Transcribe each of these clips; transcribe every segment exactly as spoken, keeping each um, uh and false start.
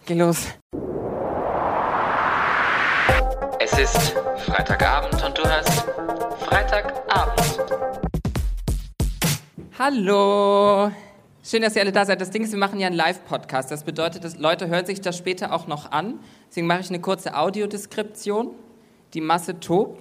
Geh los. Es ist Freitagabend und du hörst Freitagabend. Hallo. Schön, dass ihr alle da seid. Das Ding ist, wir machen ja einen Live-Podcast. Das bedeutet, dass Leute hören sich das später auch noch an. Deswegen mache ich eine kurze Audiodeskription. Die Masse tobt.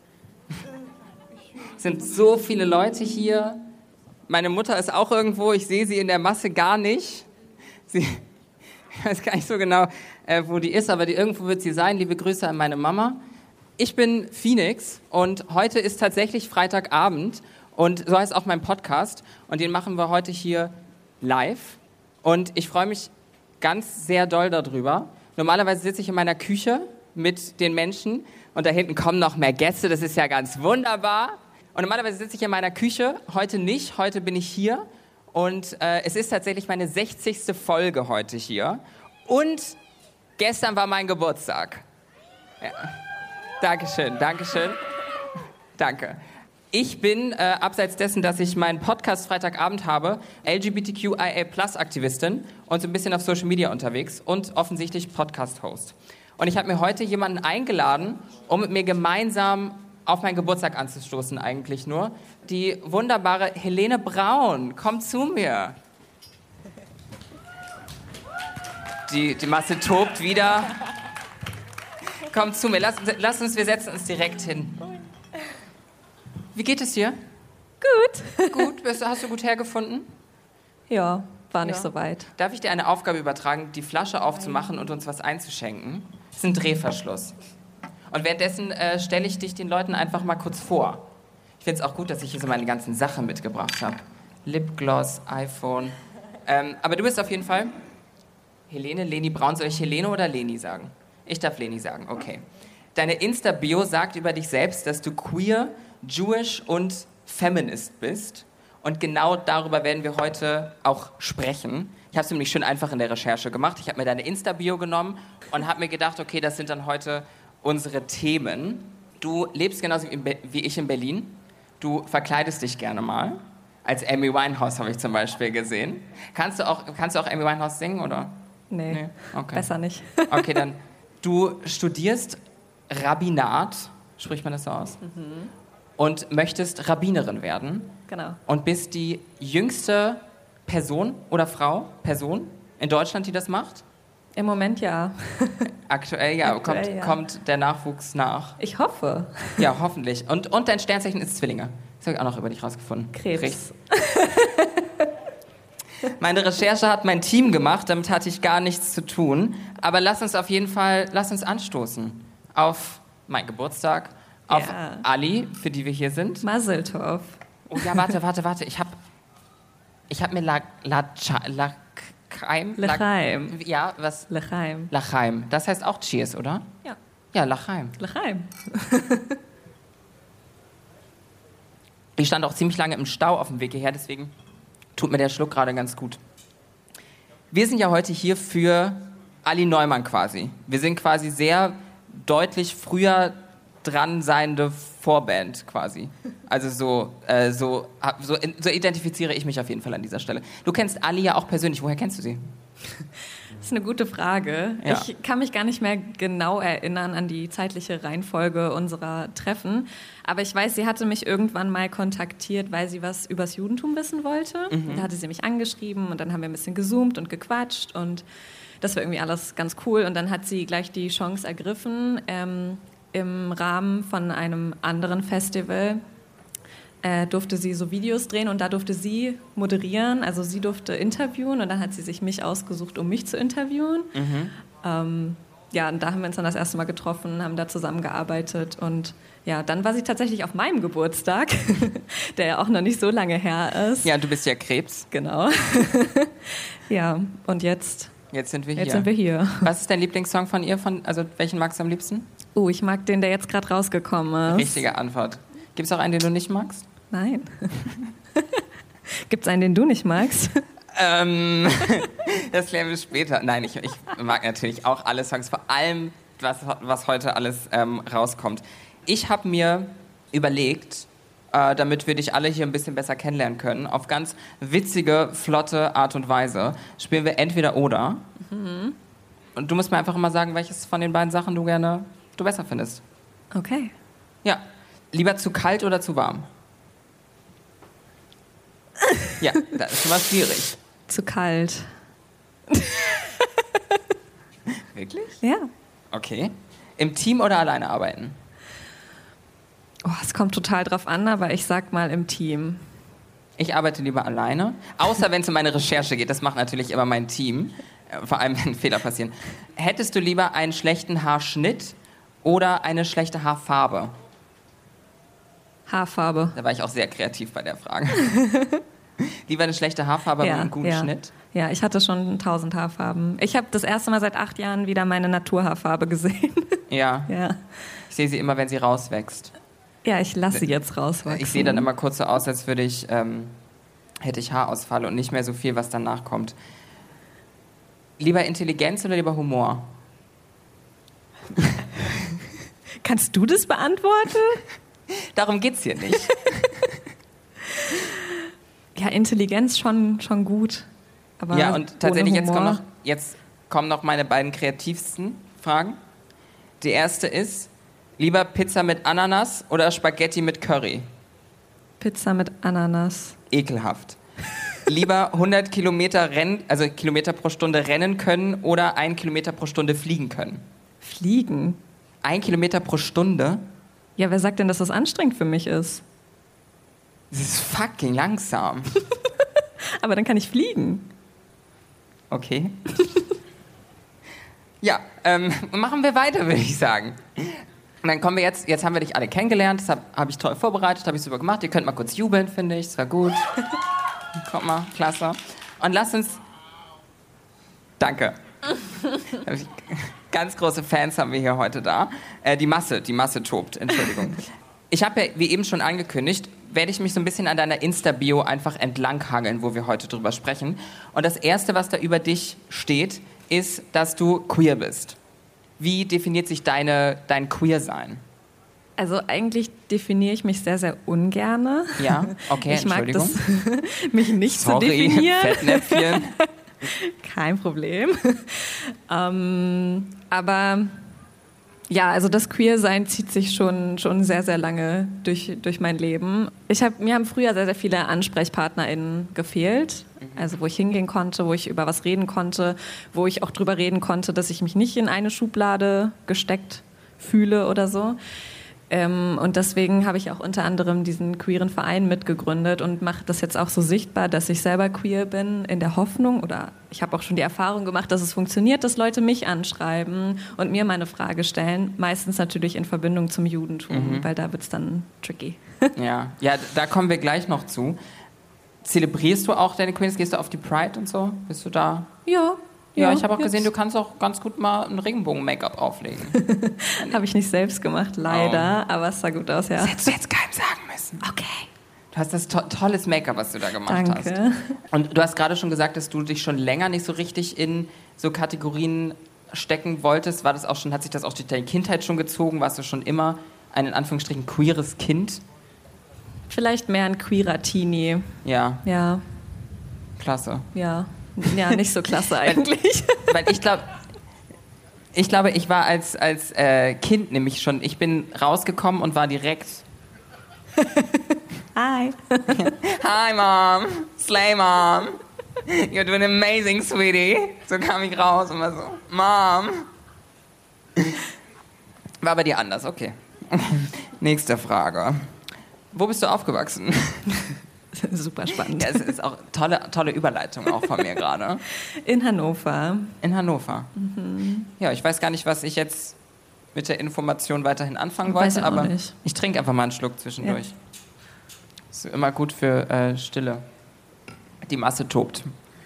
Es sind so viele Leute hier. Meine Mutter ist auch irgendwo. Ich sehe sie in der Masse gar nicht. Sie, ich weiß gar nicht so genau, äh, wo die ist, aber die, irgendwo wird sie sein. Liebe Grüße an meine Mama. Ich bin Phoenix und heute ist tatsächlich Freitagabend und so heißt auch mein Podcast und den machen wir heute hier live und ich freue mich ganz sehr doll darüber. Normalerweise sitze ich in meiner Küche mit den Menschen und da hinten kommen noch mehr Gäste, das ist ja ganz wunderbar. Und normalerweise sitze ich in meiner Küche, heute nicht, heute bin ich hier und äh, es ist tatsächlich meine sechzigste Folge heute hier und gestern war mein Geburtstag. Ja. Dankeschön, Dankeschön. Danke. Ich bin, äh, abseits dessen, dass ich meinen Podcast Freitagabend habe, L G B T Q I A Plus Aktivistin und so ein bisschen auf Social Media unterwegs und offensichtlich Podcast-Host. Und ich habe mir heute jemanden eingeladen, um mit mir gemeinsam auf meinen Geburtstag anzustoßen eigentlich nur. Die wunderbare Helene Braun, kommt zu mir. Die, die Masse tobt wieder. Komm zu mir, lass, lass uns, wir setzen uns direkt hin. Wie geht es dir? Gut. Gut, bist du, hast du gut hergefunden? Ja, war nicht Ja. so weit. Darf ich dir eine Aufgabe übertragen, die Flasche aufzumachen und uns was einzuschenken? Das ist ein Drehverschluss. Und währenddessen äh, stelle ich dich den Leuten einfach mal kurz vor. Ich finde es auch gut, dass ich hier so meine ganzen Sachen mitgebracht habe. Lipgloss, iPhone. Ähm, aber du bist auf jeden Fall Helene, Leni Braun. Soll ich Helene oder Leni sagen? Ich darf Leni sagen, okay. Deine Insta-Bio sagt über dich selbst, dass du queer, Jewish und Feminist bist. Und genau darüber werden wir heute auch sprechen. Ich habe es nämlich schön einfach in der Recherche gemacht. Ich habe mir deine Insta-Bio genommen und habe mir gedacht, okay, das sind dann heute unsere Themen. Du lebst genauso wie ich in Berlin. Du verkleidest dich gerne mal. Als Amy Winehouse habe ich zum Beispiel gesehen. Kannst du auch, kannst du auch Amy Winehouse singen, oder? Nee, Nee? Okay. besser nicht. Okay, dann du studierst Rabbinat, spricht man das so aus? Mhm. Und möchtest Rabbinerin werden. Genau. Und bist die jüngste Person oder Frau, Person in Deutschland, die das macht? Im Moment ja. Aktuell, ja, Aktuell, kommt, ja. kommt der Nachwuchs nach. Ich hoffe. Ja, hoffentlich. Und, und dein Sternzeichen ist Zwillinge. Das habe ich auch noch über dich rausgefunden. Krebs. Richtig. Meine Recherche hat mein Team gemacht, damit hatte ich gar nichts zu tun. Aber lass uns auf jeden Fall, lass uns anstoßen auf meinen Geburtstag, auf Ja. Ali, für die wir hier sind. Mazel tov. Oh ja, warte, warte, warte. Ich habe ich hab mir La, La, La, L'chaim? L'chaim. Ja, was? L'chaim. L'chaim. Das heißt auch Cheers, oder? Ja. Ja, L'chaim. L'chaim. Ich stand auch ziemlich lange im Stau auf dem Weg hierher, deswegen tut mir der Schluck gerade ganz gut. Wir sind ja heute hier für Ali Neumann quasi. Wir sind quasi sehr deutlich früher dran seiende Vorband quasi. Also so, äh, so, so, so identifiziere ich mich auf jeden Fall an dieser Stelle. Du kennst Ali ja auch persönlich. Woher kennst du sie? Das ist eine gute Frage. Ja. Ich kann mich gar nicht mehr genau erinnern an die zeitliche Reihenfolge unserer Treffen. Aber ich weiß, sie hatte mich irgendwann mal kontaktiert, weil sie was übers Judentum wissen wollte. Mhm. Da hatte sie mich angeschrieben und dann haben wir ein bisschen gezoomt und gequatscht und das war irgendwie alles ganz cool. Und dann hat sie gleich die Chance ergriffen, ähm, im Rahmen von einem anderen Festival äh, durfte sie so Videos drehen und da durfte sie moderieren, also sie durfte interviewen und dann hat sie sich mich ausgesucht, um mich zu interviewen. Mhm. Ähm, ja, und da haben wir uns dann das erste Mal getroffen, haben da zusammengearbeitet und ja, dann war sie tatsächlich auf meinem Geburtstag, der ja auch noch nicht so lange her ist. Ja, du bist ja Krebs. Genau. Ja, und jetzt... Jetzt sind wir hier. Jetzt sind wir hier. Was ist dein Lieblingssong von ihr? Von, also welchen magst du am liebsten? Oh, ich mag den, der jetzt gerade rausgekommen ist. Richtige Antwort. Gibt es auch einen, den du nicht magst? Nein. Gibt es einen, den du nicht magst? Ähm, das klären wir später. Nein, ich, ich mag natürlich auch alle Songs, vor allem, was, was heute alles ähm, rauskommt. Ich habe mir überlegt, äh, damit wir dich alle hier ein bisschen besser kennenlernen können, auf ganz witzige, flotte Art und Weise, spielen wir entweder oder. Mhm. Und du musst mir einfach immer sagen, welches von den beiden Sachen du gerne, du besser findest. Okay. Ja. Lieber zu kalt oder zu warm? Ja, das ist schon mal schwierig. Zu kalt. Wirklich? Ja. Okay. Im Team oder alleine arbeiten? Oh, es kommt total drauf an, aber ich sag mal im Team. Ich arbeite lieber alleine, außer wenn es um meine Recherche geht. Das macht natürlich immer mein Team, vor allem wenn Fehler passieren. Hättest du lieber einen schlechten Haarschnitt oder eine schlechte Haarfarbe? Haarfarbe. Da war ich auch sehr kreativ bei der Frage. Lieber eine schlechte Haarfarbe Ja, mit einem guten ja. Schnitt? Ja, ich hatte schon tausend Haarfarben. Ich habe das erste Mal seit acht Jahren wieder meine Naturhaarfarbe gesehen. Ja. Ja. Ich sehe sie immer, wenn sie rauswächst. Ja, ich lasse sie jetzt rauswachsen. Ich sehe dann immer kurz so aus, als würde ich, ähm, hätte ich Haarausfall und nicht mehr so viel, was danach kommt. Lieber Intelligenz oder lieber Humor? Kannst du das beantworten? Darum geht's hier nicht. Ja, Intelligenz schon, schon gut. Aber Ja, und tatsächlich, ohne jetzt kommen, Humor. noch, jetzt kommen noch meine beiden kreativsten Fragen. Die erste ist, lieber Pizza mit Ananas oder Spaghetti mit Curry? Pizza mit Ananas. Ekelhaft. Lieber hundert Kilometer rennen, also Kilometer pro Stunde rennen können oder ein Kilometer pro Stunde fliegen können? Fliegen? Ein Kilometer pro Stunde? Ja, wer sagt denn, dass das anstrengend für mich ist? Das ist fucking langsam. Aber dann kann ich fliegen. Okay. Ja, ähm, machen wir weiter, würde ich sagen. Und dann kommen wir jetzt, jetzt haben wir dich alle kennengelernt, das habe hab ich toll vorbereitet, habe ich super gemacht. Ihr könnt mal kurz jubeln, finde ich, das war gut. Kommt mal, klasse. Und lasst uns... Danke. Ganz große Fans haben wir hier heute da. Äh, die Masse, die Masse tobt, Entschuldigung. Ich habe ja, wie eben schon angekündigt, werde ich mich so ein bisschen an deiner Insta-Bio einfach entlanghangeln, wo wir heute drüber sprechen. Und das Erste, was da über dich steht, ist, dass du queer bist. Wie definiert sich deine, dein Queer-Sein? Also eigentlich definiere ich mich sehr, sehr ungerne. Ja, okay, Ich mag Entschuldigung. das, mich nicht Sorry, zu definieren. Fettnäpfchen. Kein Problem. ähm, aber ja, also das Queer-Sein zieht sich schon, schon sehr, sehr lange durch, durch mein Leben. Ich hab, mir haben früher sehr, sehr viele AnsprechpartnerInnen gefehlt. Also wo ich hingehen konnte, wo ich über was reden konnte, wo ich auch drüber reden konnte, dass ich mich nicht in eine Schublade gesteckt fühle oder so. Ähm, und deswegen habe ich auch unter anderem diesen queeren Verein mitgegründet und mache das jetzt auch so sichtbar, dass ich selber queer bin, in der Hoffnung, oder ich habe auch schon die Erfahrung gemacht, dass es funktioniert, dass Leute mich anschreiben und mir meine Frage stellen, meistens natürlich in Verbindung zum Judentum, mhm. weil da wird es dann tricky. Ja. ja, da kommen wir gleich noch zu. Zelebrierst du auch deine Queerness? Gehst du auf die Pride und so? Bist du da? Ja. Ja, ich habe auch jetzt gesehen, du kannst auch ganz gut mal ein Regenbogen-Make-up auflegen. Habe ich nicht selbst gemacht, leider, oh. aber es sah gut aus, ja. Das hättest du jetzt keinem sagen müssen. Okay. Du hast das to- tolles Make-up, was du da gemacht Danke. hast. Und du hast gerade schon gesagt, dass du dich schon länger nicht so richtig in so Kategorien stecken wolltest. War das auch schon, hat sich das auch durch deine Kindheit schon gezogen? Warst du schon immer ein in Anführungsstrichen queeres Kind? Vielleicht mehr ein queerer Teenie. Ja. Ja. Klasse. Ja. Ja, nicht so klasse eigentlich. Weil ich glaube, ich glaube, ich war als, als äh, Kind nämlich schon, ich bin rausgekommen und war direkt... Hi. Hi, Mom. Slay, Mom. You're doing amazing, sweetie. So kam ich raus und war so, Mom. War bei dir anders, okay. Nächste Frage. Wo bist du aufgewachsen? Super spannend. Ja, es ist auch tolle, tolle Überleitung auch von mir gerade. In Hannover. In Hannover. Mhm. Ja, ich weiß gar nicht, was ich jetzt mit der Information weiterhin anfangen Weiß wollte, ich auch aber nicht. ich trinke einfach mal einen Schluck zwischendurch. Ja. Ist immer gut für äh, Stille. Die Masse tobt.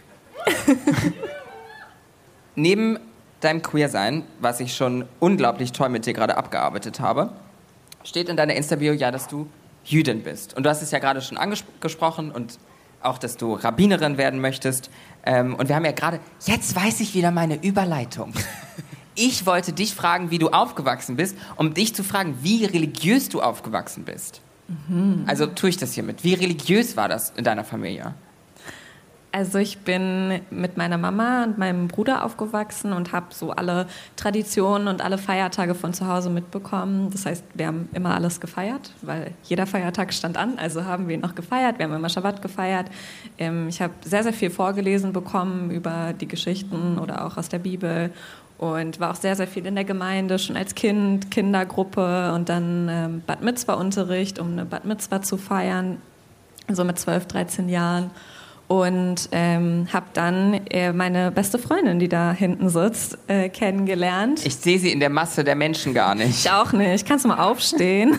Neben deinem Queersein, was ich schon unglaublich toll mit dir gerade abgearbeitet habe, steht in deiner Insta-Bio ja, dass du Jüdin bist. Und du hast es ja gerade schon angesprochen und auch, dass du Rabbinerin werden möchtest. Ähm, und wir haben ja gerade, jetzt weiß ich wieder meine Überleitung. Ich wollte dich fragen, wie du aufgewachsen bist, um dich zu fragen, wie religiös du aufgewachsen bist. Mhm. Also tue ich das hiermit. Wie religiös war das in deiner Familie? Also ich bin mit meiner Mama und meinem Bruder aufgewachsen und habe so alle Traditionen und alle Feiertage von zu Hause mitbekommen. Das heißt, wir haben immer alles gefeiert, weil jeder Feiertag stand an. Also haben wir ihn noch gefeiert. Wir haben immer Schabbat gefeiert. Ähm, ich habe sehr, sehr viel vorgelesen bekommen über die Geschichten oder auch aus der Bibel und war auch sehr, sehr viel in der Gemeinde, schon als Kind, Kindergruppe und dann ähm, Bat Mitzwa-Unterricht, um eine Bat Mitzwa zu feiern, so mit zwölf, dreizehn Jahren. Und ähm, habe dann äh, meine beste Freundin, die da hinten sitzt, äh, kennengelernt. Ich sehe sie in der Masse der Menschen gar nicht. Ich auch nicht. Kannst du mal aufstehen?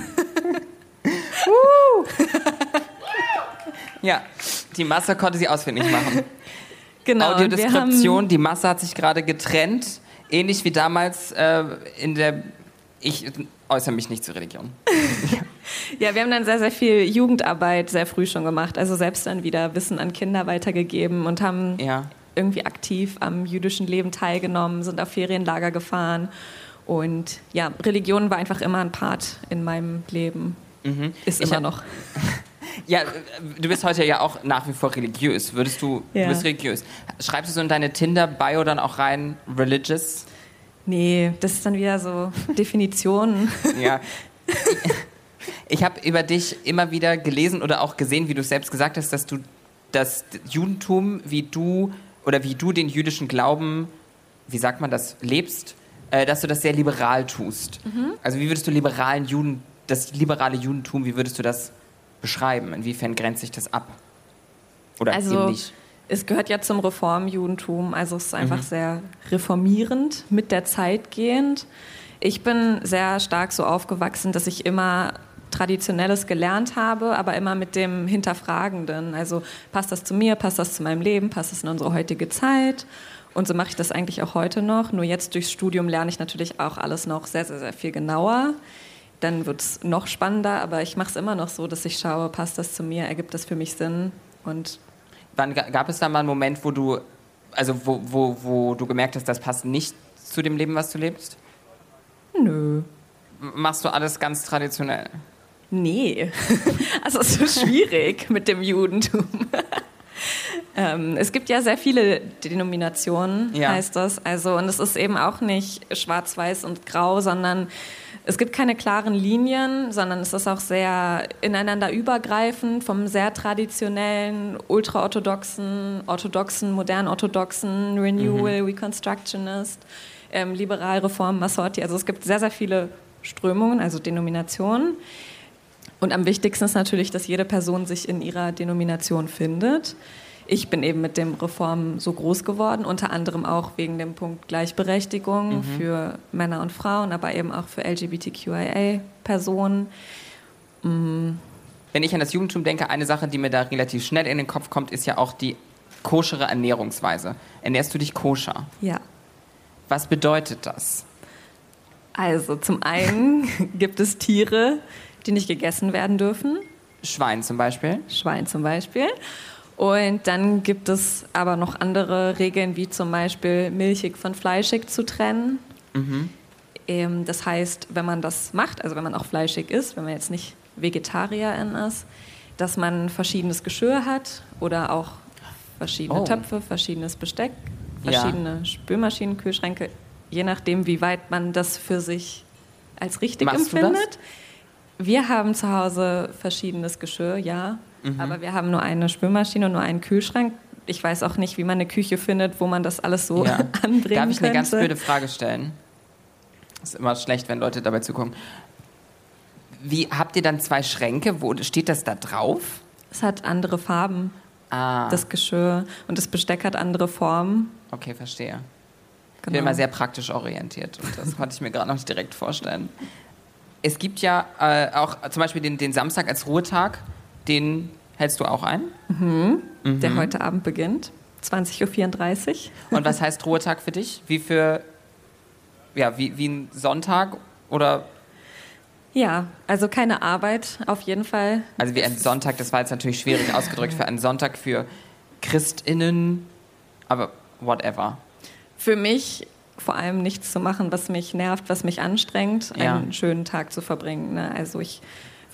Ja, die Masse konnte sie ausfindig machen. Genau. Audiodeskription, die Masse hat sich gerade getrennt. Ähnlich wie damals äh, in der... Ich äußere mich nicht zur Religion. Ja, wir haben dann sehr, sehr viel Jugendarbeit sehr früh schon gemacht. Also selbst dann wieder Wissen an Kinder weitergegeben und haben ja. irgendwie aktiv am jüdischen Leben teilgenommen, sind auf Ferienlager gefahren. Und ja, Religion war einfach immer ein Part in meinem Leben. Mhm. Ist ich immer hab, noch. Ja, du bist heute ja auch nach wie vor religiös. Würdest du, ja. du bist religiös. Schreibst du so in deine Tinder-Bio dann auch rein, religious? Nee, das ist dann wieder so Definitionen. Ja. Ich habe über dich immer wieder gelesen oder auch gesehen, wie du es selbst gesagt hast, dass du das Judentum, wie du oder wie du den jüdischen Glauben, wie sagt man das, lebst, äh, dass du das sehr liberal tust. Mhm. Also wie würdest du liberalen Juden, das liberale Judentum, wie würdest du das beschreiben? Inwiefern grenzt sich das ab? Oder also, eben nicht? Es gehört ja zum Reformjudentum, also es ist einfach mhm. sehr reformierend, mit der Zeit gehend. Ich bin sehr stark so aufgewachsen, dass ich immer Traditionelles gelernt habe, aber immer mit dem Hinterfragenden. Also passt das zu mir, passt das zu meinem Leben, passt das in unsere heutige Zeit? Und so mache ich das eigentlich auch heute noch. Nur jetzt durchs Studium lerne ich natürlich auch alles noch sehr, sehr, sehr viel genauer. Dann wird es noch spannender, aber ich mache es immer noch so, dass ich schaue, passt das zu mir, ergibt das für mich Sinn? Und Wann gab es da mal einen Moment, wo du, also wo, wo, wo du gemerkt hast, das passt nicht zu dem Leben, was du lebst? Nö. Machst du alles ganz traditionell? Nee. Also es ist so schwierig mit dem Judentum. ähm, es gibt ja sehr viele Denominationen, ja. heißt das. Also, und es ist eben auch nicht schwarz-weiß und grau, sondern es gibt keine klaren Linien, sondern es ist auch sehr ineinander übergreifend, vom sehr traditionellen, ultraorthodoxen, orthodoxen, modern-orthodoxen, Renewal, mhm. Reconstructionist, ähm, liberal, Reform, Masorti. Also es gibt sehr, sehr viele Strömungen, also Denominationen. Und am wichtigsten ist natürlich, dass jede Person sich in ihrer Denomination findet. Ich bin eben mit dem Reform so groß geworden, unter anderem auch wegen dem Punkt Gleichberechtigung mhm. für Männer und Frauen, aber eben auch für L G B T Q I A-Personen. Mhm. Wenn ich an das Judentum denke, eine Sache, die mir da relativ schnell in den Kopf kommt, ist ja auch die koschere Ernährungsweise. Ernährst du dich koscher? Ja. Was bedeutet das? Also zum einen gibt es Tiere, die nicht gegessen werden dürfen. Schwein zum Beispiel? Schwein zum Beispiel. Und dann gibt es aber noch andere Regeln, wie zum Beispiel milchig von fleischig zu trennen. Mhm. Ähm, das heißt, wenn man das macht, also wenn man auch fleischig ist, wenn man jetzt nicht Vegetarierin ist, dass man verschiedenes Geschirr hat oder auch verschiedene oh. Töpfe, verschiedenes Besteck, verschiedene ja. Spülmaschinen, Kühlschränke, je nachdem, wie weit man das für sich als richtig Machst empfindet. Du das? Wir haben zu Hause verschiedenes Geschirr, ja. Mhm. Aber wir haben nur eine Spülmaschine und nur einen Kühlschrank. Ich weiß auch nicht, wie man eine Küche findet, wo man das alles so ja. anbringen könnte. Darf ich eine ganz blöde Frage stellen? Das ist immer schlecht, wenn Leute dabei zugucken. Wie, habt ihr dann zwei Schränke? Wo steht das da drauf? Es hat andere Farben, ah. das Geschirr. Und das Besteck hat andere Formen. Okay, verstehe. Genau. Ich bin immer sehr praktisch orientiert. Und das konnte ich mir gerade noch nicht direkt vorstellen. Es gibt ja äh, auch zum Beispiel den, den Samstag als Ruhetag. Den hältst du auch ein? Mhm. Mhm. Der heute Abend beginnt, zwanzig Uhr vierunddreißig. Und was heißt Ruhetag für dich? Wie für, ja, wie, wie ein Sonntag oder? Ja, also keine Arbeit auf jeden Fall. Also wie ein Sonntag, das war jetzt natürlich schwierig ausgedrückt, für einen Sonntag für ChristInnen, aber whatever. Für mich vor allem nichts zu machen, was mich nervt, was mich anstrengt, ja. einen schönen Tag zu verbringen. Ne? Also ich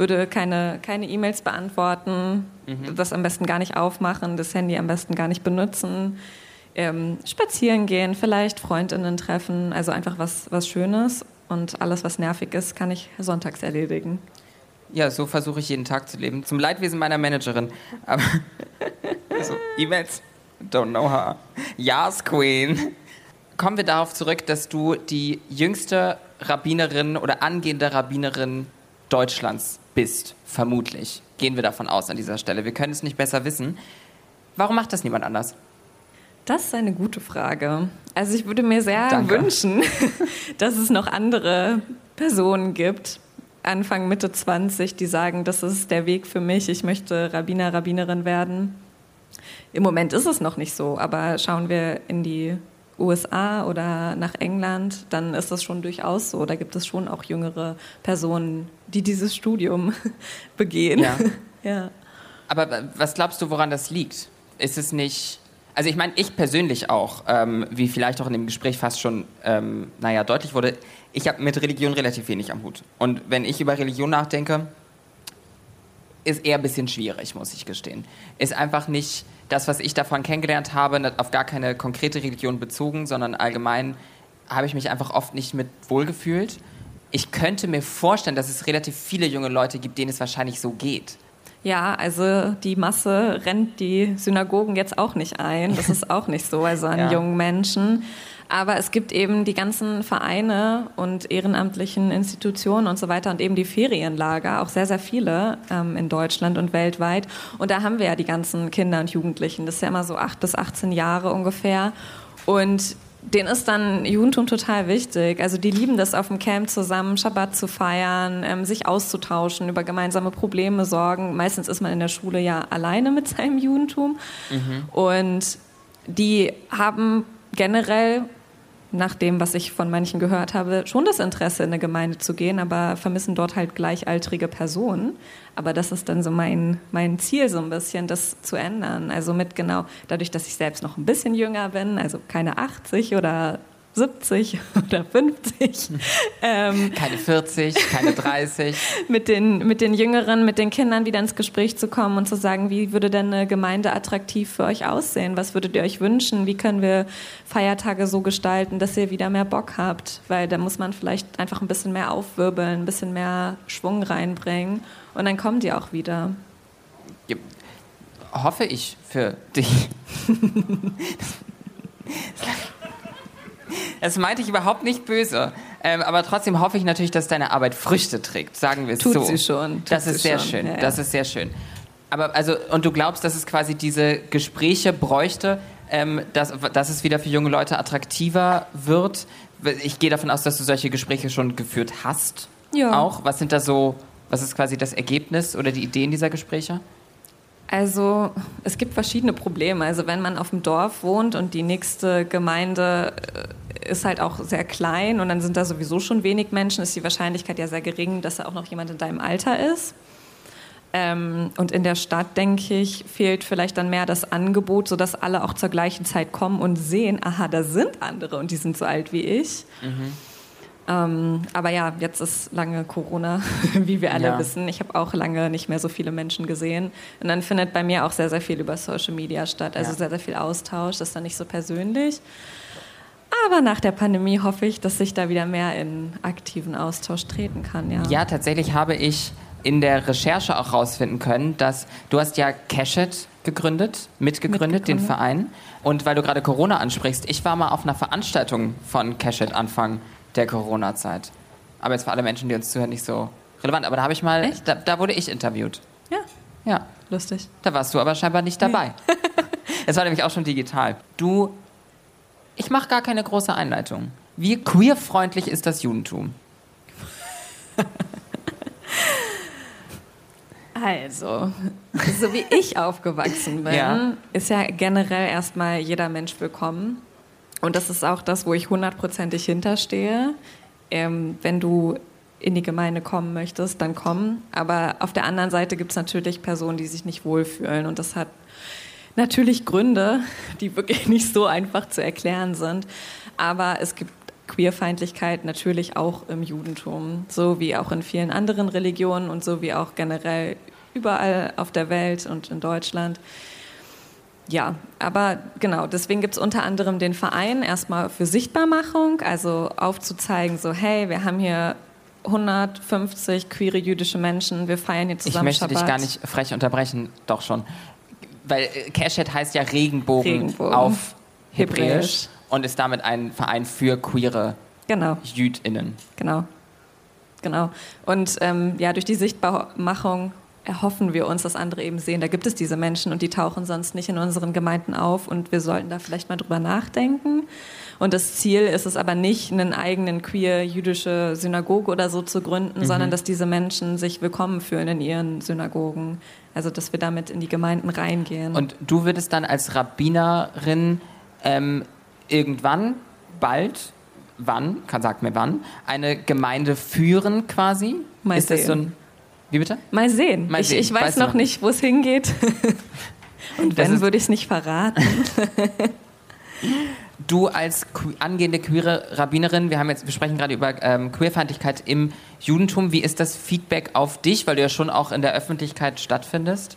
würde keine, keine E-Mails beantworten, mhm. das am besten gar nicht aufmachen, das Handy am besten gar nicht benutzen, ähm, spazieren gehen, vielleicht Freundinnen treffen, also einfach was, was Schönes und alles, was nervig ist, kann ich sonntags erledigen. Ja, so versuche ich jeden Tag zu leben. Zum Leidwesen meiner Managerin. Aber also, E-Mails, don't know her. Yes, Queen. Kommen wir darauf zurück, dass du die jüngste Rabbinerin oder angehende Rabbinerin Deutschlands bist, vermutlich. Gehen wir davon aus an dieser Stelle. Wir können es nicht besser wissen. Warum macht das niemand anders? Das ist eine gute Frage. Also ich würde mir sehr Danke. wünschen, dass es noch andere Personen gibt, Anfang, Mitte zwanzig, die sagen, das ist der Weg für mich, ich möchte Rabbiner, Rabbinerin werden. Im Moment ist es noch nicht so, aber schauen wir in die U S A oder nach England, dann ist das schon durchaus so. Da gibt es schon auch jüngere Personen, die dieses Studium begehen. Ja. Ja. Aber was glaubst du, woran das liegt? Ist es nicht... Also ich meine, ich persönlich auch, ähm, wie vielleicht auch in dem Gespräch fast schon, ähm, naja, deutlich wurde, ich habe mit Religion relativ wenig am Hut. Und wenn ich über Religion nachdenke, ist eher ein bisschen schwierig, muss ich gestehen. Ist einfach nicht das, was ich davon kennengelernt habe, auf gar keine konkrete Religion bezogen, sondern allgemein habe ich mich einfach oft nicht mit wohlgefühlt. Ich könnte mir vorstellen, dass es relativ viele junge Leute gibt, denen es wahrscheinlich so geht. Ja, also die Masse rennt die Synagogen jetzt auch nicht ein. Das ist auch nicht so, also an ja. jungen Menschen. Aber es gibt eben die ganzen Vereine und ehrenamtlichen Institutionen und so weiter und eben die Ferienlager, auch sehr, sehr viele ähm, in Deutschland und weltweit. Und da haben wir ja die ganzen Kinder und Jugendlichen. Das ist ja immer so acht bis achtzehn Jahre ungefähr. Und denen ist dann Judentum total wichtig. Also die lieben das, auf dem Camp zusammen Schabbat zu feiern, ähm, sich auszutauschen, über gemeinsame Probleme sorgen. Meistens ist man in der Schule ja alleine mit seinem Judentum. Mhm. Und die haben generell, nach dem, was ich von manchen gehört habe, schon das Interesse, in eine Gemeinde zu gehen, aber vermissen dort halt gleichaltrige Personen. Aber das ist dann so mein, mein Ziel, so ein bisschen das zu ändern. Also mit genau, dadurch, dass ich selbst noch ein bisschen jünger bin, also keine achtzig oder siebzig oder fünfzig. ähm, keine vierzig, keine dreißig. mit den, mit den Jüngeren, mit den Kindern wieder ins Gespräch zu kommen und zu sagen, wie würde denn eine Gemeinde attraktiv für euch aussehen? Was würdet ihr euch wünschen? Wie können wir Feiertage so gestalten, dass ihr wieder mehr Bock habt? Weil da muss man vielleicht einfach ein bisschen mehr aufwirbeln, ein bisschen mehr Schwung reinbringen und dann kommen die auch wieder. Ja, hoffe ich für dich. Das meinte ich überhaupt nicht böse. Ähm, aber trotzdem hoffe ich natürlich, dass deine Arbeit Früchte trägt, sagen wir es so. Tut sie schon. Tut das ist sie sehr schon. schön. Ja, ja. Das ist sehr schön. Aber also, und du glaubst, dass es quasi diese Gespräche bräuchte, ähm, dass, dass es wieder für junge Leute attraktiver wird? Ich gehe davon aus, dass du solche Gespräche schon geführt hast. Ja. Auch. Was sind da so, was ist quasi das Ergebnis oder die Ideen dieser Gespräche? Also es gibt verschiedene Probleme. Also wenn man auf dem Dorf wohnt und die nächste Gemeinde ist halt auch sehr klein und dann sind da sowieso schon wenig Menschen, ist die Wahrscheinlichkeit ja sehr gering, dass da auch noch jemand in deinem Alter ist. Ähm, und in der Stadt, denke ich, fehlt vielleicht dann mehr das Angebot, sodass alle auch zur gleichen Zeit kommen und sehen, aha, da sind andere und die sind so alt wie ich. Mhm. Ähm, aber ja, jetzt ist lange Corona, wie wir alle ja. wissen. Ich habe auch lange nicht mehr so viele Menschen gesehen. Und dann findet bei mir auch sehr, sehr viel über Social Media statt. Also ja. sehr, sehr viel Austausch. Das ist dann nicht so persönlich. Aber nach der Pandemie hoffe ich, dass ich da wieder mehr in aktiven Austausch treten kann. Ja, ja, tatsächlich habe ich in der Recherche auch rausfinden können, dass du hast ja Keshet gegründet, mitgegründet, mitgegründet, den Verein. Und weil du gerade Corona ansprichst, ich war mal auf einer Veranstaltung von Keshet Anfang der Corona-Zeit. Aber jetzt für alle Menschen, die uns zuhören, nicht so relevant. Aber da habe ich mal, da, da wurde ich interviewt. Ja. Ja. Lustig. Da warst du aber scheinbar nicht dabei. Nee. Es war nämlich auch schon digital. Du, ich mache gar keine große Einleitung. Wie queerfreundlich ist das Judentum? Also, so wie ich aufgewachsen bin, ja. ist ja generell erstmal jeder Mensch willkommen. Und das ist auch das, wo ich hundertprozentig hinterstehe. Ähm, wenn du in die Gemeinde kommen möchtest, dann komm. Aber auf der anderen Seite gibt es natürlich Personen, die sich nicht wohlfühlen. Und das hat natürlich Gründe, die wirklich nicht so einfach zu erklären sind. Aber es gibt Queerfeindlichkeit natürlich auch im Judentum, so wie auch in vielen anderen Religionen und so wie auch generell überall auf der Welt und in Deutschland. Ja, aber genau, deswegen gibt es unter anderem den Verein erstmal für Sichtbarmachung, also aufzuzeigen, so hey, wir haben hier hundertfünfzig queere jüdische Menschen, wir feiern hier zusammen Ich möchte Schabbat. dich gar nicht frech unterbrechen, doch schon. Weil äh, Keshet heißt ja Regenbogen, Regenbogen. auf Hebräisch, Hebräisch und ist damit ein Verein für queere Genau. JüdInnen. Genau, genau. Und ähm, ja, durch die Sichtbarmachung erhoffen wir uns, dass andere eben sehen, da gibt es diese Menschen und die tauchen sonst nicht in unseren Gemeinden auf und wir sollten da vielleicht mal drüber nachdenken. Und das Ziel ist es aber nicht, einen eigenen queer-jüdische Synagoge oder so zu gründen, mhm. sondern dass diese Menschen sich willkommen fühlen in ihren Synagogen. Also dass wir damit in die Gemeinden reingehen. Und du würdest dann als Rabbinerin ähm, irgendwann, bald, wann, kann, sag mir wann, eine Gemeinde führen quasi? Mal ist sehen. Das so ein, wie bitte? Mal sehen. Mal sehen. Ich, ich weiß Weißt noch noch nicht, wo es hingeht. Und Das wenn, ist- würde ich es nicht verraten. Du als que- angehende queere Rabbinerin, wir haben jetzt, wir sprechen gerade über ähm, Queerfeindlichkeit im Judentum. Wie ist das Feedback auf dich, weil du ja schon auch in der Öffentlichkeit stattfindest?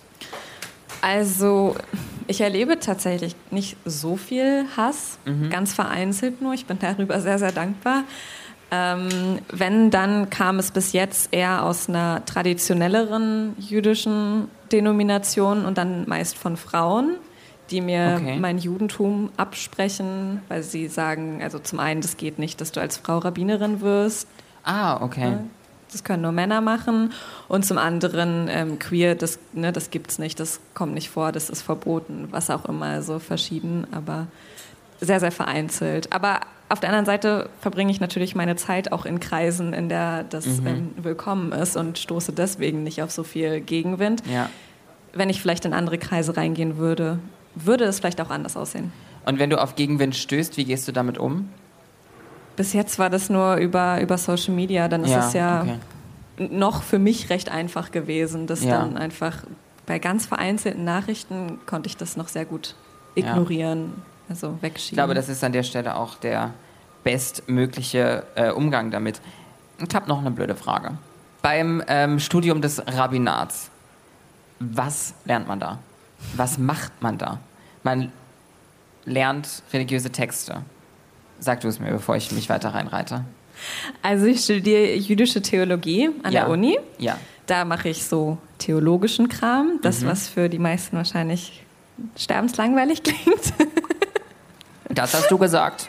Also, ich erlebe tatsächlich nicht so viel Hass, ganz vereinzelt nur. Ich bin darüber sehr, sehr dankbar. Ähm, wenn, dann kam es bis jetzt eher aus einer traditionelleren jüdischen Denomination und dann meist von Frauen, die mir Okay. mein Judentum absprechen, weil sie sagen, also zum einen, das geht nicht, dass du als Frau Rabbinerin wirst. Ah, okay. Das können nur Männer machen. Und zum anderen ähm, queer, das, ne, das gibt's nicht, das kommt nicht vor, das ist verboten, was auch immer, so verschieden, aber sehr, sehr vereinzelt. Aber auf der anderen Seite verbringe ich natürlich meine Zeit auch in Kreisen, in der das Mhm. ähm, willkommen ist und stoße deswegen nicht auf so viel Gegenwind. Ja. Wenn ich vielleicht in andere Kreise reingehen würde, würde es vielleicht auch anders aussehen. Und wenn du auf Gegenwind stößt, wie gehst du damit um? Bis jetzt war das nur über, über Social Media, dann ist es ja okay. noch für mich recht einfach gewesen, das Ja. dann einfach bei ganz vereinzelten Nachrichten konnte ich das noch sehr gut ignorieren, also Ich wegschieben. glaube, das ist an der Stelle auch der bestmögliche äh, Umgang damit. Ich habe noch eine blöde Frage. Beim ähm, Studium des Rabbinats, was lernt man da? Was macht man da? Man lernt religiöse Texte. Sag du es mir, bevor ich mich weiter reinreite. Also ich studiere jüdische Theologie an Ja. der Uni. Ja. Da mache ich so theologischen Kram, das, Mhm. was für die meisten wahrscheinlich sterbenslangweilig klingt. Das hast du gesagt.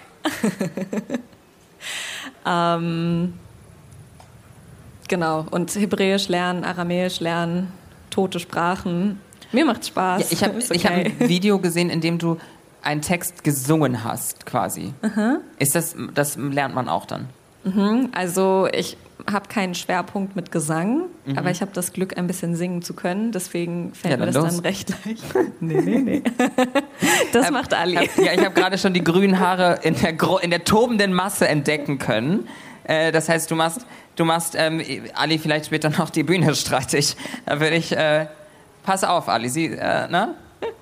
ähm, genau, und Hebräisch lernen, Aramäisch lernen, tote Sprachen. Mir macht's Spaß. Ja, ich habe Ist ich hab okay. ein Video gesehen, in dem du einen Text gesungen hast, quasi. Ist das, das lernt man auch dann? Also ich habe keinen Schwerpunkt mit Gesang, Mhm. aber ich habe das Glück, ein bisschen singen zu können. Deswegen fällt Ja, mir dann das los. dann recht leicht. nee, nee, nee. Das macht Ali. Hab, ja, ich habe gerade schon die grünen Haare in der, gro- in der tobenden Masse entdecken können. Äh, das heißt, du machst, du machst ähm, Ali vielleicht später noch die Bühne streitig. Da würde ich, äh, pass auf, Ali, Sie, äh, ne?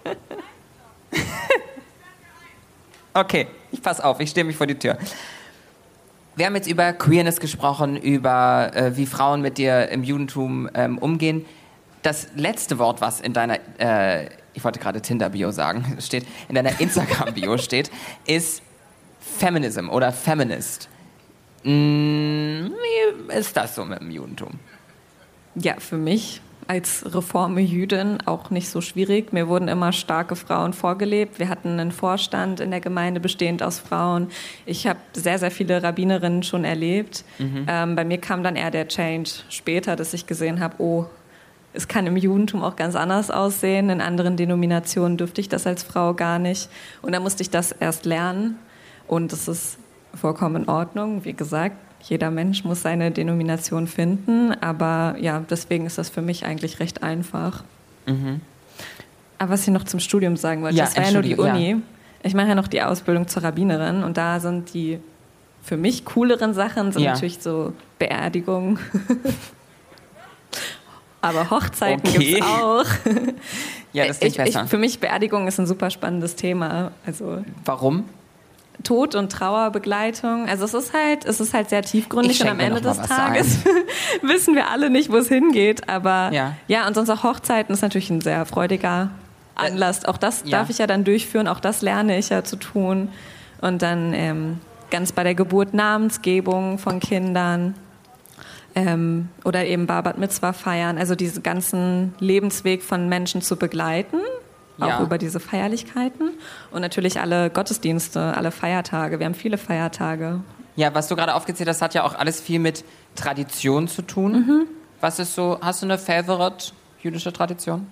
Okay, ich pass auf, ich stehe mich vor die Tür. Wir haben jetzt über Queerness gesprochen, über äh, wie Frauen mit dir im Judentum ähm, umgehen. Das letzte Wort, was in deiner, äh, ich wollte gerade Tinder-Bio sagen, steht, in deiner Instagram-Bio steht, ist Feminism oder Feminist. Mm, wie ist das so mit dem Judentum? Ja, für mich als Reforme-Jüdin auch nicht so schwierig. Mir wurden immer starke Frauen vorgelebt. Wir hatten einen Vorstand in der Gemeinde bestehend aus Frauen. Ich habe sehr, sehr viele Rabbinerinnen schon erlebt. Mhm. Ähm, bei mir kam dann eher der Change später, dass ich gesehen habe, oh, es kann im Judentum auch ganz anders aussehen. In anderen Denominationen dürfte ich das als Frau gar nicht. Und dann musste ich das erst lernen. Und das ist vollkommen in Ordnung. Wie gesagt, jeder Mensch muss seine Denomination finden, aber ja, deswegen ist das für mich eigentlich recht einfach. Mhm. Aber was ich noch zum Studium sagen wollte, Ja, das war ja nur die Entschuldigung, Uni. Ich mache ja noch die Ausbildung zur Rabbinerin und da sind die für mich cooleren Sachen, sind Ja. natürlich so Beerdigungen. Aber Hochzeiten Okay. gibt's auch. Ja, das klingt ich, ich, besser. für mich Beerdigung ist ein super spannendes Thema. Also Warum? Tod- und Trauerbegleitung. Also es ist halt, es ist halt sehr tiefgründig Ich und am schenke mir Ende noch des mal was Tages wissen wir alle nicht, wo es hingeht. Aber Ja. ja, und sonst auch Hochzeiten ist natürlich ein sehr freudiger Anlass. Auch das ja. darf ich ja dann durchführen, auch das lerne ich ja zu tun. Und dann ähm, ganz bei der Geburt Namensgebung von Kindern. Ähm, oder eben Bar Mitzvah feiern, also diesen ganzen Lebensweg von Menschen zu begleiten, auch Ja. über diese Feierlichkeiten und natürlich alle Gottesdienste, alle Feiertage, wir haben viele Feiertage. Ja, was du gerade aufgezählt hast, hat ja auch alles viel mit Tradition zu tun. Mhm. Was ist so, hast du eine favorite jüdische Tradition?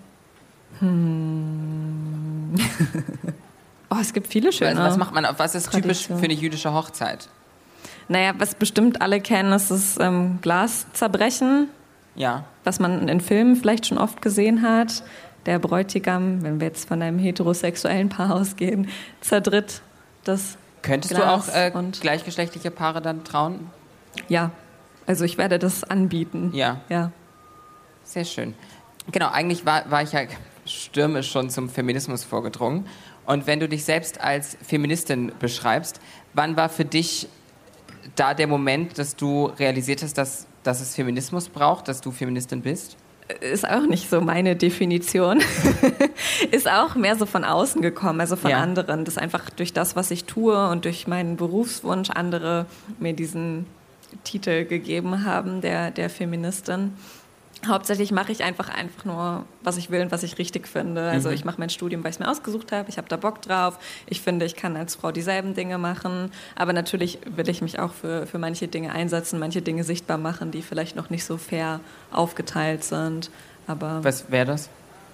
Hm. Oh, es gibt viele schöne. Was, was macht man, was ist typisch Tradition. für eine jüdische Hochzeit? Naja, was bestimmt alle kennen, ist das ähm, Glas zerbrechen, Ja. was man in Filmen vielleicht schon oft gesehen hat. Der Bräutigam, wenn wir jetzt von einem heterosexuellen Paar ausgehen, zertritt das Könntest Glas du auch äh, und gleichgeschlechtliche Paare dann trauen? ja, also ich werde das anbieten. Ja. Ja. Sehr schön. Genau, eigentlich war, war ich ja stürmisch schon zum Feminismus vorgedrungen. Und wenn du dich selbst als Feministin beschreibst, wann war für dich da der Moment, dass du realisiert hast, dass, dass es Feminismus braucht, dass du Feministin bist? Ist auch nicht so meine Definition. Ist auch mehr so von außen gekommen, also von Ja. anderen. Das einfach durch das, was ich tue und durch meinen Berufswunsch andere mir diesen Titel gegeben haben, der, der Feministin. Hauptsächlich mache ich einfach einfach nur, was ich will und was ich richtig finde. Also Mhm. ich mache mein Studium, weil ich es mir ausgesucht habe. Ich habe da Bock drauf. Ich finde, ich kann als Frau dieselben Dinge machen. Aber natürlich will ich mich auch für, für manche Dinge einsetzen, manche Dinge sichtbar machen, die vielleicht noch nicht so fair aufgeteilt sind. Aber Was wäre das?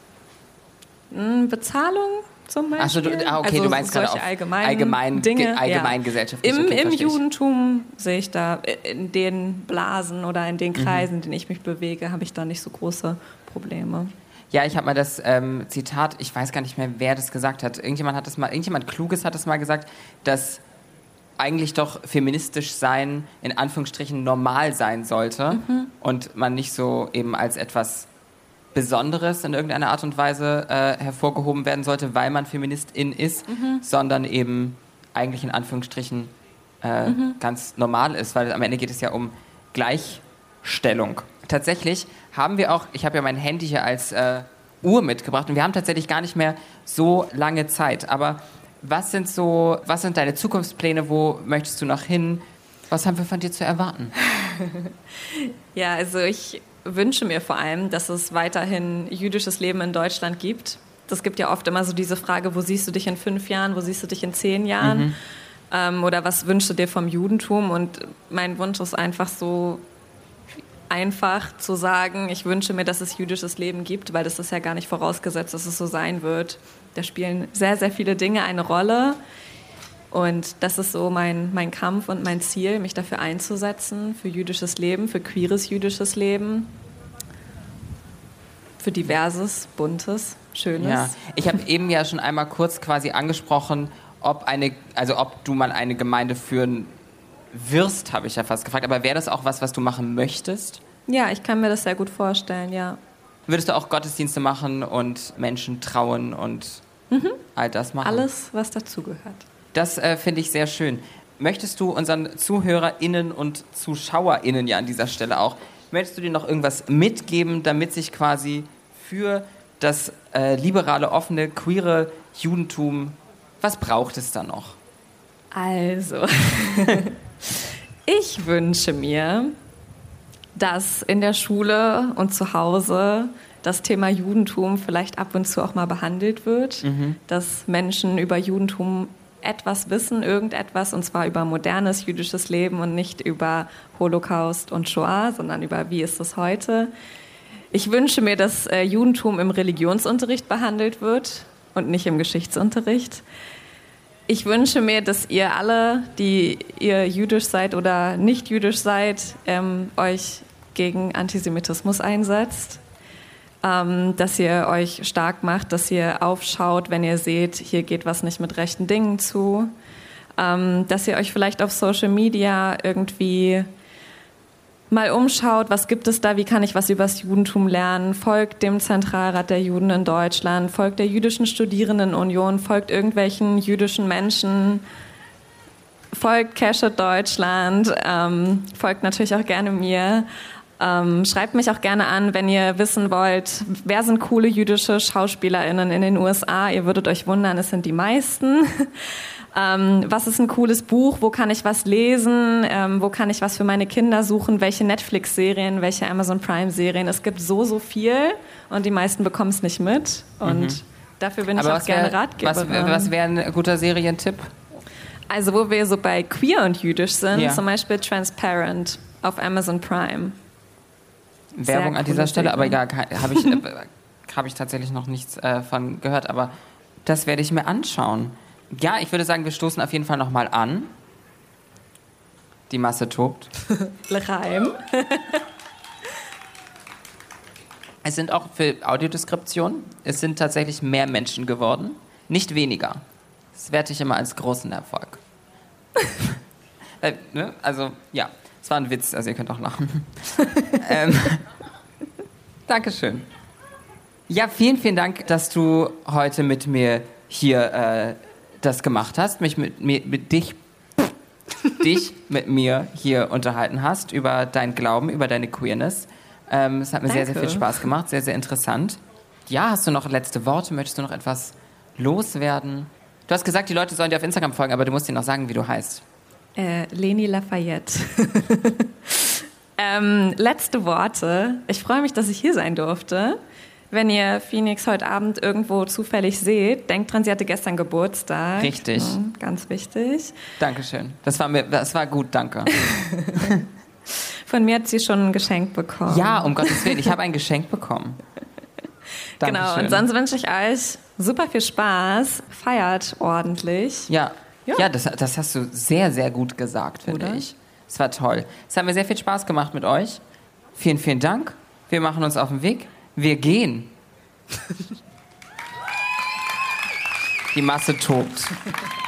mh, Bezahlung zum Beispiel. Ach so, du, ah, okay, also du meinst gerade solche auf allgemeinen allgemein, Dinge. ge- allgemein ja. gesellschaftlich. Im, okay, Im verstehe ich. Judentum sehe ich da, in den Blasen oder in den Mhm. Kreisen, in denen ich mich bewege, habe ich da nicht so große Probleme. Ja, ich habe mal das ähm, Zitat, ich weiß gar nicht mehr, wer das gesagt hat. Irgendjemand hat das mal, irgendjemand Kluges hat das mal gesagt, dass eigentlich doch feministisch sein in Anführungsstrichen normal sein sollte Mhm. und man nicht so eben als etwas Besonderes in irgendeiner Art und Weise äh, hervorgehoben werden sollte, weil man Feministin ist, Mhm. sondern eben eigentlich in Anführungsstrichen äh, Mhm. ganz normal ist, weil am Ende geht es ja um Gleichstellung. Tatsächlich haben wir auch, ich habe ja mein Handy hier als äh, Uhr mitgebracht und wir haben tatsächlich gar nicht mehr so lange Zeit, aber was sind so, was sind deine Zukunftspläne, wo möchtest du noch hin, was haben wir von dir zu erwarten? Ja, also ich wünsche mir vor allem, dass es weiterhin jüdisches Leben in Deutschland gibt. Das gibt ja oft immer so diese Frage, wo siehst du dich in fünf Jahren, wo siehst du dich in zehn Jahren? Mhm. Ähm, oder was wünschst du dir vom Judentum? Und mein Wunsch ist einfach so einfach zu sagen, ich wünsche mir, dass es jüdisches Leben gibt, weil das ist ja gar nicht vorausgesetzt, dass es so sein wird. Da spielen sehr, sehr viele Dinge eine Rolle. Und das ist so mein, mein Kampf und mein Ziel, mich dafür einzusetzen, für jüdisches Leben, für queeres jüdisches Leben, für diverses, buntes, schönes. Ja, ich habe eben ja schon einmal kurz quasi angesprochen, ob eine, also ob du mal eine Gemeinde führen wirst, habe ich ja fast gefragt. Aber wäre das auch was, was du machen möchtest? Ja, ich kann mir das sehr gut vorstellen, ja. Würdest du auch Gottesdienste machen und Menschen trauen und Mhm. all das machen? Alles, was dazugehört. Das äh, finde ich sehr schön. Möchtest du unseren ZuhörerInnen und ZuschauerInnen ja an dieser Stelle auch, möchtest du dir noch irgendwas mitgeben, damit sich quasi für das äh, liberale, offene, queere Judentum, was braucht es da noch? Also, ich wünsche mir, dass in der Schule und zu Hause das Thema Judentum vielleicht ab und zu auch mal behandelt wird, Mhm. dass Menschen über Judentum etwas wissen, irgendetwas, und zwar über modernes jüdisches Leben und nicht über Holocaust und Shoah, sondern über wie ist es heute. Ich wünsche mir, dass äh, Judentum im Religionsunterricht behandelt wird und nicht im Geschichtsunterricht. Ich wünsche mir, dass ihr alle, die ihr jüdisch seid oder nicht jüdisch seid, ähm, euch gegen Antisemitismus einsetzt. Ähm, dass ihr euch stark macht, dass ihr aufschaut, wenn ihr seht, hier geht was nicht mit rechten Dingen zu. Ähm, dass ihr euch vielleicht auf Social Media irgendwie mal umschaut, was gibt es da, wie kann ich was über das Judentum lernen, folgt dem Zentralrat der Juden in Deutschland, folgt der Jüdischen Studierendenunion, folgt irgendwelchen jüdischen Menschen, folgt Keshet Deutschland, ähm, folgt natürlich auch gerne mir. Ähm, schreibt mich auch gerne an, wenn ihr wissen wollt, wer sind coole jüdische SchauspielerInnen in den U S A. Ihr würdet euch wundern, es sind die meisten. ähm, was ist ein cooles Buch? Wo kann ich was lesen? Ähm, wo kann ich was für meine Kinder suchen? Welche Netflix-Serien? Welche Amazon Prime-Serien? Es gibt so, so viel und die meisten bekommen es nicht mit. Und mhm. dafür bin ich Aber auch gerne wär, Ratgeberin. Was, was wäre ein guter Serientipp? Also wo wir so bei queer und jüdisch sind, ja. zum Beispiel Transparent auf Amazon Prime. Werbung an dieser Stelle, aber ja, habe ich, äh, hab ich tatsächlich noch nichts äh, von gehört, aber das werde ich mir anschauen. Ja, ich würde sagen, wir stoßen auf jeden Fall nochmal an. Die Masse tobt. L'chaim. Es sind auch für Audiodeskription, es sind tatsächlich mehr Menschen geworden, nicht weniger. Das werte ich immer als großen Erfolg. äh, ne? Also, ja. Es war ein Witz, also ihr könnt auch lachen. ähm, Dankeschön. Ja, vielen, vielen Dank, dass du heute mit mir hier äh, das gemacht hast, mich mit, mit, mit dich, dich mit mir hier unterhalten hast über deinen Glauben, über deine Queerness. Ähm, es hat mir Danke. sehr, sehr viel Spaß gemacht, sehr, sehr interessant. Ja, hast du noch letzte Worte? Möchtest du noch etwas loswerden? Du hast gesagt, die Leute sollen dir auf Instagram folgen, aber du musst ihnen noch sagen, wie du heißt. Äh, Leni Lafayette. ähm, letzte Worte. Ich freue mich, dass ich hier sein durfte. Wenn ihr Phoenix heute Abend irgendwo zufällig seht, denkt dran, sie hatte gestern Geburtstag. Richtig. Mhm, ganz wichtig. Dankeschön. Das war, mir, das war gut, danke. Von mir hat sie schon ein Geschenk bekommen. Ja, um Gottes Willen, ich habe ein Geschenk bekommen. Genau, und sonst wünsche ich euch super viel Spaß. Feiert ordentlich. Ja. Ja, ja das, das hast du sehr, sehr gut gesagt, finde Oder? ich. Es war toll. Es hat mir sehr viel Spaß gemacht mit euch. Vielen, vielen Dank. Wir machen uns auf den Weg. Wir gehen. Die Masse tobt.